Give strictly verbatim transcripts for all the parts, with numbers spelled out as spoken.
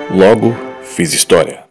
Logo, fiz história.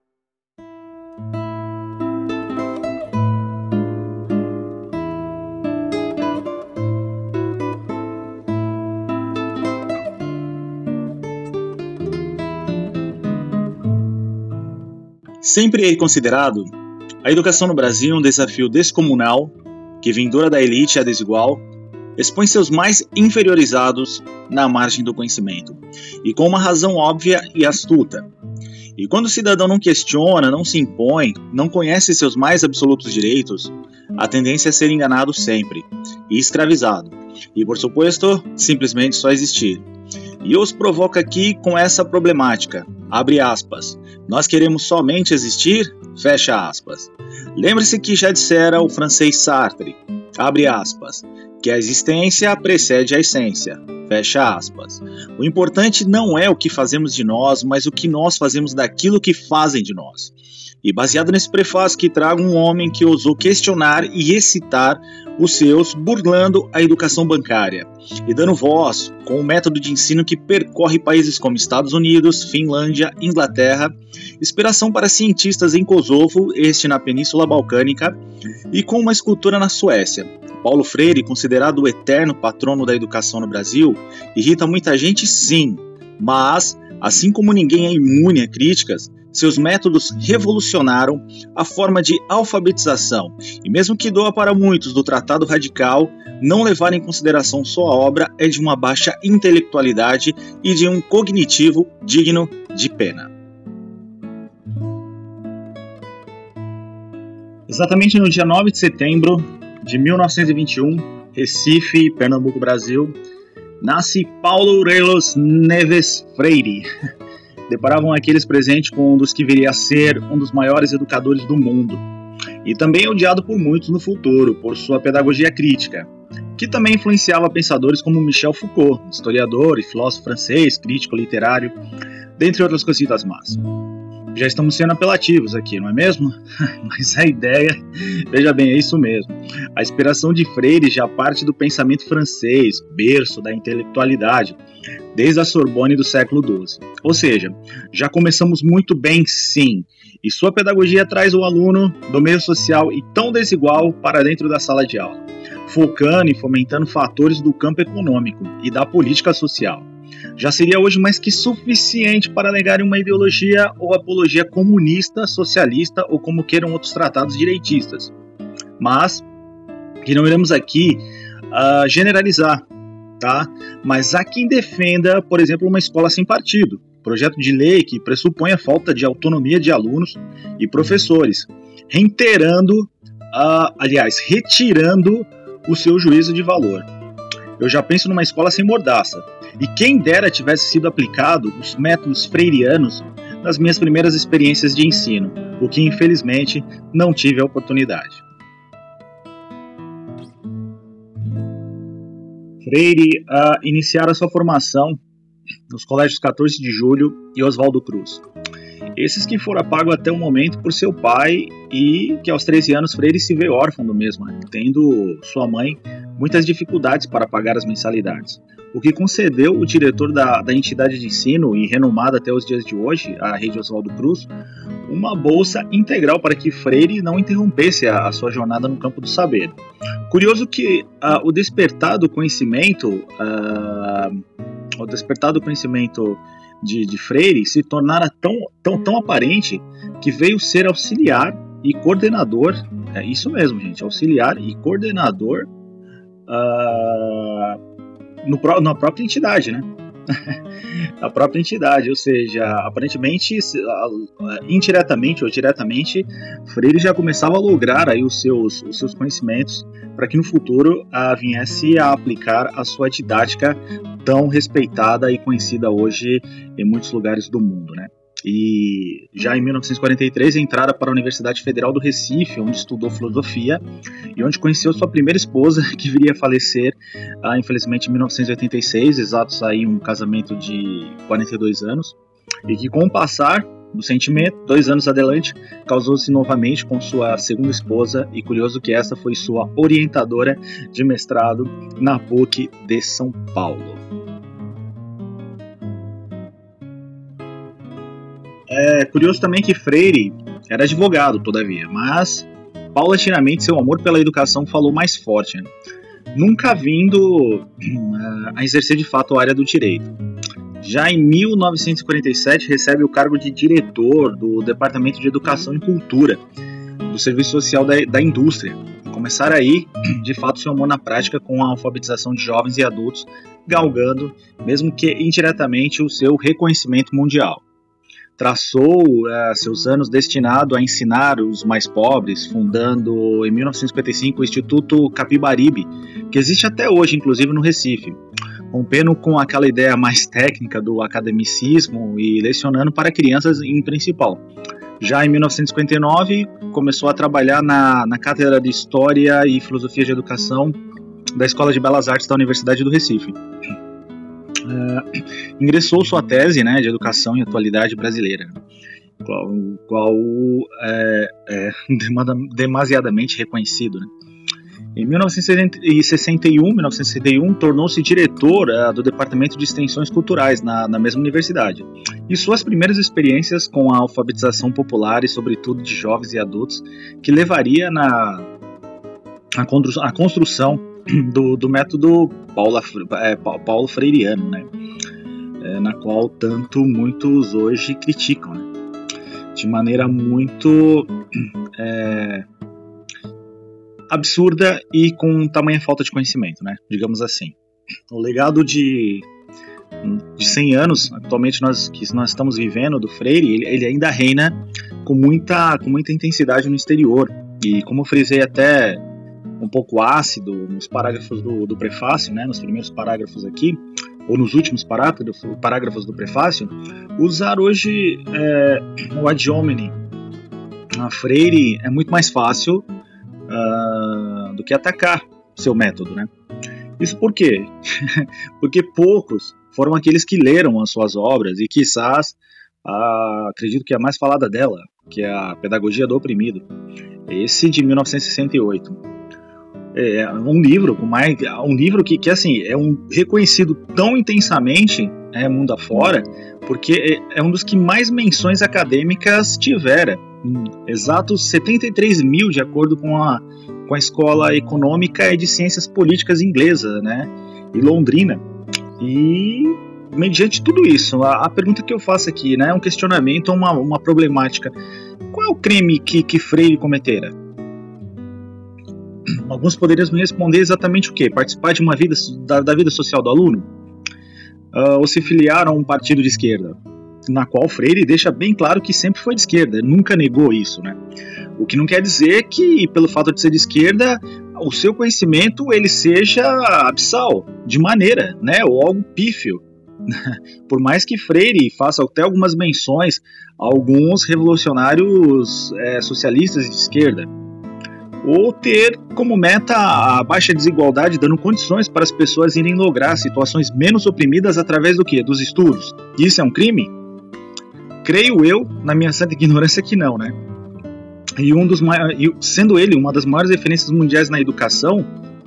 Sempre é considerado a educação no Brasil um desafio descomunal que, vindoura da elite e a desigual, expõe seus mais inferiorizados na margem do conhecimento, e com uma razão óbvia e astuta. E quando o cidadão não questiona, não se impõe, não conhece seus mais absolutos direitos, a tendência é ser enganado sempre, e escravizado, e por suposto, simplesmente só existir. E eu os provoco aqui com essa problemática, abre aspas, nós queremos somente existir, fecha aspas. Lembre-se que já dissera o francês Sartre, abre aspas, que a existência precede a essência, fecha aspas. O importante não é o que fazemos de nós, mas o que nós fazemos daquilo que fazem de nós. E baseado nesse prefácio que trago um homem que ousou questionar e excitar os seus, burlando a educação bancária e dando voz com um método de ensino que percorre países como Estados Unidos, Finlândia, Inglaterra, inspiração para cientistas em Kosovo, este na Península Balcânica, e com uma escultura na Suécia. Paulo Freire, considerado o eterno patrono da educação no Brasil, irrita muita gente sim, mas, assim como ninguém é imune a críticas, seus métodos revolucionaram a forma de alfabetização, e mesmo que doa para muitos do Tratado Radical, não levar em consideração sua obra é de uma baixa intelectualidade e de um cognitivo digno de pena. Exatamente no dia nove de setembro de mil novecentos e vinte e um, Recife, Pernambuco, Brasil, nasce Paulo Aurelius Neves Freire. Deparavam aqueles presentes com um dos que viria a ser um dos maiores educadores do mundo. E também odiado por muitos no futuro, por sua pedagogia crítica, que também influenciava pensadores como Michel Foucault, historiador e filósofo francês, crítico literário, dentre outras cositas más. Já estamos sendo apelativos aqui, não é mesmo? Mas a ideia, veja bem, é isso mesmo. A inspiração de Freire já parte do pensamento francês, berço da intelectualidade, desde a Sorbonne do século doze. Ou seja, já começamos muito bem sim, e sua pedagogia traz o aluno do meio social e tão desigual para dentro da sala de aula, focando e fomentando fatores do campo econômico e da política social. Já seria hoje mais que suficiente para negar uma ideologia ou apologia comunista, socialista ou como queiram outros tratados direitistas. Mas, que não iremos aqui uh, generalizar, tá? Mas há quem defenda, por exemplo, uma escola sem partido, projeto de lei que pressupõe a falta de autonomia de alunos e professores, reiterando, uh, aliás, retirando o seu juízo de valor. Eu já penso numa escola sem mordaça, e quem dera tivesse sido aplicado os métodos freirianos nas minhas primeiras experiências de ensino, o que infelizmente não tive a oportunidade. Freire uh, iniciara sua formação nos colégios quatorze de julho e Oswaldo Cruz. Esses que foram pagos até o momento por seu pai e que aos treze anos Freire se vê órfão do mesmo, né, tendo sua mãe muitas dificuldades para pagar as mensalidades, o que concedeu o diretor da, da entidade de ensino e renomada até os dias de hoje, a Rede Oswaldo Cruz, uma bolsa integral para que Freire não interrompesse a, a sua jornada no campo do saber. Curioso que uh, o despertar do conhecimento, uh, o despertar do conhecimento de, de Freire se tornara tão, tão, tão aparente que veio ser auxiliar e coordenador, é isso mesmo, gente, auxiliar e coordenador Uh, no, na própria entidade, né? Na própria entidade, ou seja, aparentemente, indiretamente ou diretamente, Freire já começava a lograr aí os seus, os seus conhecimentos para que no futuro uh, viesse a aplicar a sua didática tão respeitada e conhecida hoje em muitos lugares do mundo, né? E já em mil novecentos e quarenta e três entrara para a Universidade Federal do Recife, onde estudou filosofia e onde conheceu sua primeira esposa, que viria a falecer, ah, infelizmente, em mil novecentos e oitenta e seis, exatos aí um casamento de quarenta e dois anos, e que com o passar do sentimento, dois anos adelante, casou-se novamente com sua segunda esposa, e curioso que essa foi sua orientadora de mestrado na P U C de São Paulo. É curioso também que Freire era advogado, todavia, mas paulatinamente seu amor pela educação falou mais forte, né? Nunca vindo uh, a exercer de fato a área do direito. Já em mil novecentos e quarenta e sete recebe o cargo de diretor do Departamento de Educação e Cultura do Serviço Social da, da Indústria. Começar aí, de fato, seu amor na prática com a alfabetização de jovens e adultos, galgando, mesmo que indiretamente, o seu reconhecimento mundial. Traçou uh, seus anos destinado a ensinar os mais pobres, fundando em mil novecentos e cinquenta e cinco o Instituto Capibaribe, que existe até hoje, inclusive no Recife, rompendo com aquela ideia mais técnica do academicismo e lecionando para crianças em principal. Já em mil novecentos e cinquenta e nove, começou a trabalhar na, na Cátedra de História e Filosofia de Educação da Escola de Belas Artes da Universidade do Recife. Uh, ingressou sua tese, né, de Educação e Atualidade Brasileira, qual, qual é, é demasiadamente reconhecido, né? Em mil novecentos e sessenta e um, mil novecentos e sessenta e um, tornou-se diretor uh, do Departamento de Extensões Culturais na, na mesma universidade. E suas primeiras experiências com a alfabetização popular e, sobretudo, de jovens e adultos, que levaria na a, constru, a construção do, do método Paula, é, Paulo Freireano, né? É, na qual tanto muitos hoje criticam, né? De maneira muito é, absurda e com tamanha falta de conhecimento, né? Digamos assim. O legado de, de cem anos, atualmente nós, que nós estamos vivendo, do Freire, ele, ele ainda reina com muita, com muita intensidade no exterior. E como eu frisei até um pouco ácido nos parágrafos do, do prefácio, né, nos primeiros parágrafos aqui, ou nos últimos parágrafos, parágrafos do prefácio, usar hoje é, o ad hominem a Freire é muito mais fácil uh, do que atacar seu método, né? Isso por quê? Porque poucos foram aqueles que leram as suas obras e, quizás, uh, acredito que a mais falada dela, que é a Pedagogia do Oprimido, esse de mil novecentos e sessenta e oito. É um livro com mais, um livro que, que assim é um reconhecido tão intensamente, é, mundo afora, porque é, é um dos que mais menções acadêmicas tivera, exatos setenta e três mil, de acordo com a, com a Escola Econômica e de Ciências Políticas inglesa, né, e Londrina. E mediante tudo isso, a, a pergunta que eu faço aqui, né, é um questionamento, uma, uma problemática. Qual é o crime que, que Freire cometera? Alguns poderiam me responder exatamente o quê? Participar de uma vida, da, da vida social do aluno? Uh, ou se filiar a um partido de esquerda? Na qual Freire deixa bem claro que sempre foi de esquerda, nunca negou isso, né? O que não quer dizer que, pelo fato de ser de esquerda, o seu conhecimento ele seja abissal, de maneira, né? Ou algo pífio. Por mais que Freire faça até algumas menções a alguns revolucionários é, socialistas de esquerda, ou ter como meta a baixa desigualdade, dando condições para as pessoas irem lograr situações menos oprimidas através do quê? Dos estudos. Isso é um crime? Creio eu, na minha santa ignorância, que não, né? E um dos maiores, sendo ele uma das maiores referências mundiais na educação,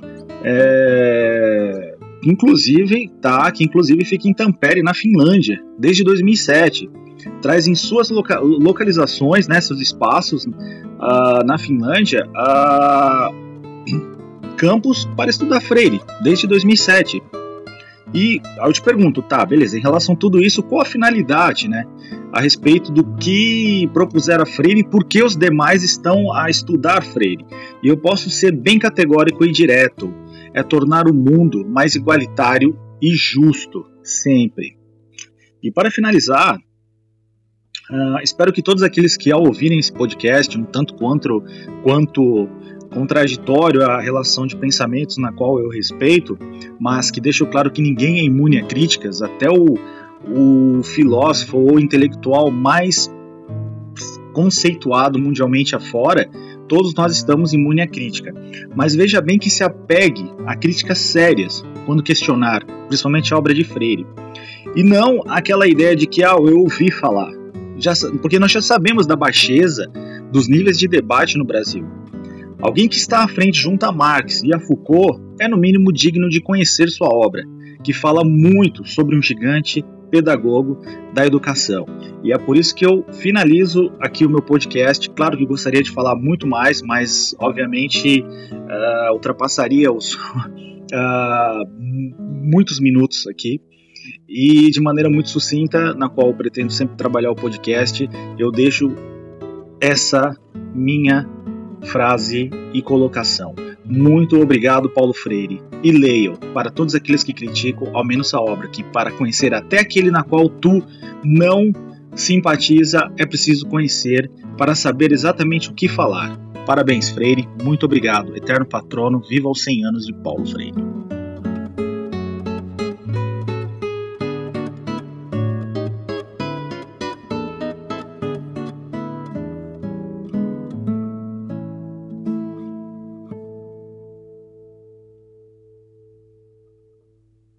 é, inclusive, tá, que inclusive fica em Tampere, na Finlândia, desde dois mil e sete. Traz em suas loca localizações, né, seus espaços uh, na Finlândia, uh, campos para estudar Freire, desde dois mil e sete. E eu te pergunto, tá, beleza, em relação a tudo isso, qual a finalidade, né, a respeito do que propuseram a Freire e por que os demais estão a estudar Freire? E eu posso ser bem categórico e direto, é tornar o mundo mais igualitário e justo, sempre. E para finalizar, Uh, espero que todos aqueles que, ao ouvirem esse podcast, um tanto quanto, quanto contraditório à relação de pensamentos na qual eu respeito, mas que deixo claro que ninguém é imune a críticas, até o, o filósofo ou intelectual mais conceituado mundialmente afora, todos nós estamos imunes à crítica. Mas veja bem que se apegue a críticas sérias quando questionar, principalmente a obra de Freire, e não aquela ideia de que ah, eu ouvi falar. Já, porque nós já sabemos da baixeza dos níveis de debate no Brasil. Alguém que está à frente junto a Marx e a Foucault é no mínimo digno de conhecer sua obra, que fala muito sobre um gigante pedagogo da educação. E é por isso que eu finalizo aqui o meu podcast. Claro que gostaria de falar muito mais, mas obviamente uh, ultrapassaria os uh, muitos minutos aqui. E de maneira muito sucinta, na qual eu pretendo sempre trabalhar o podcast, eu deixo essa minha frase e colocação. Muito obrigado, Paulo Freire. E leiam, para todos aqueles que criticam, ao menos a obra, que para conhecer até aquele na qual tu não simpatiza, é preciso conhecer para saber exatamente o que falar. Parabéns, Freire. Muito obrigado. Eterno patrono, viva os cem anos de Paulo Freire.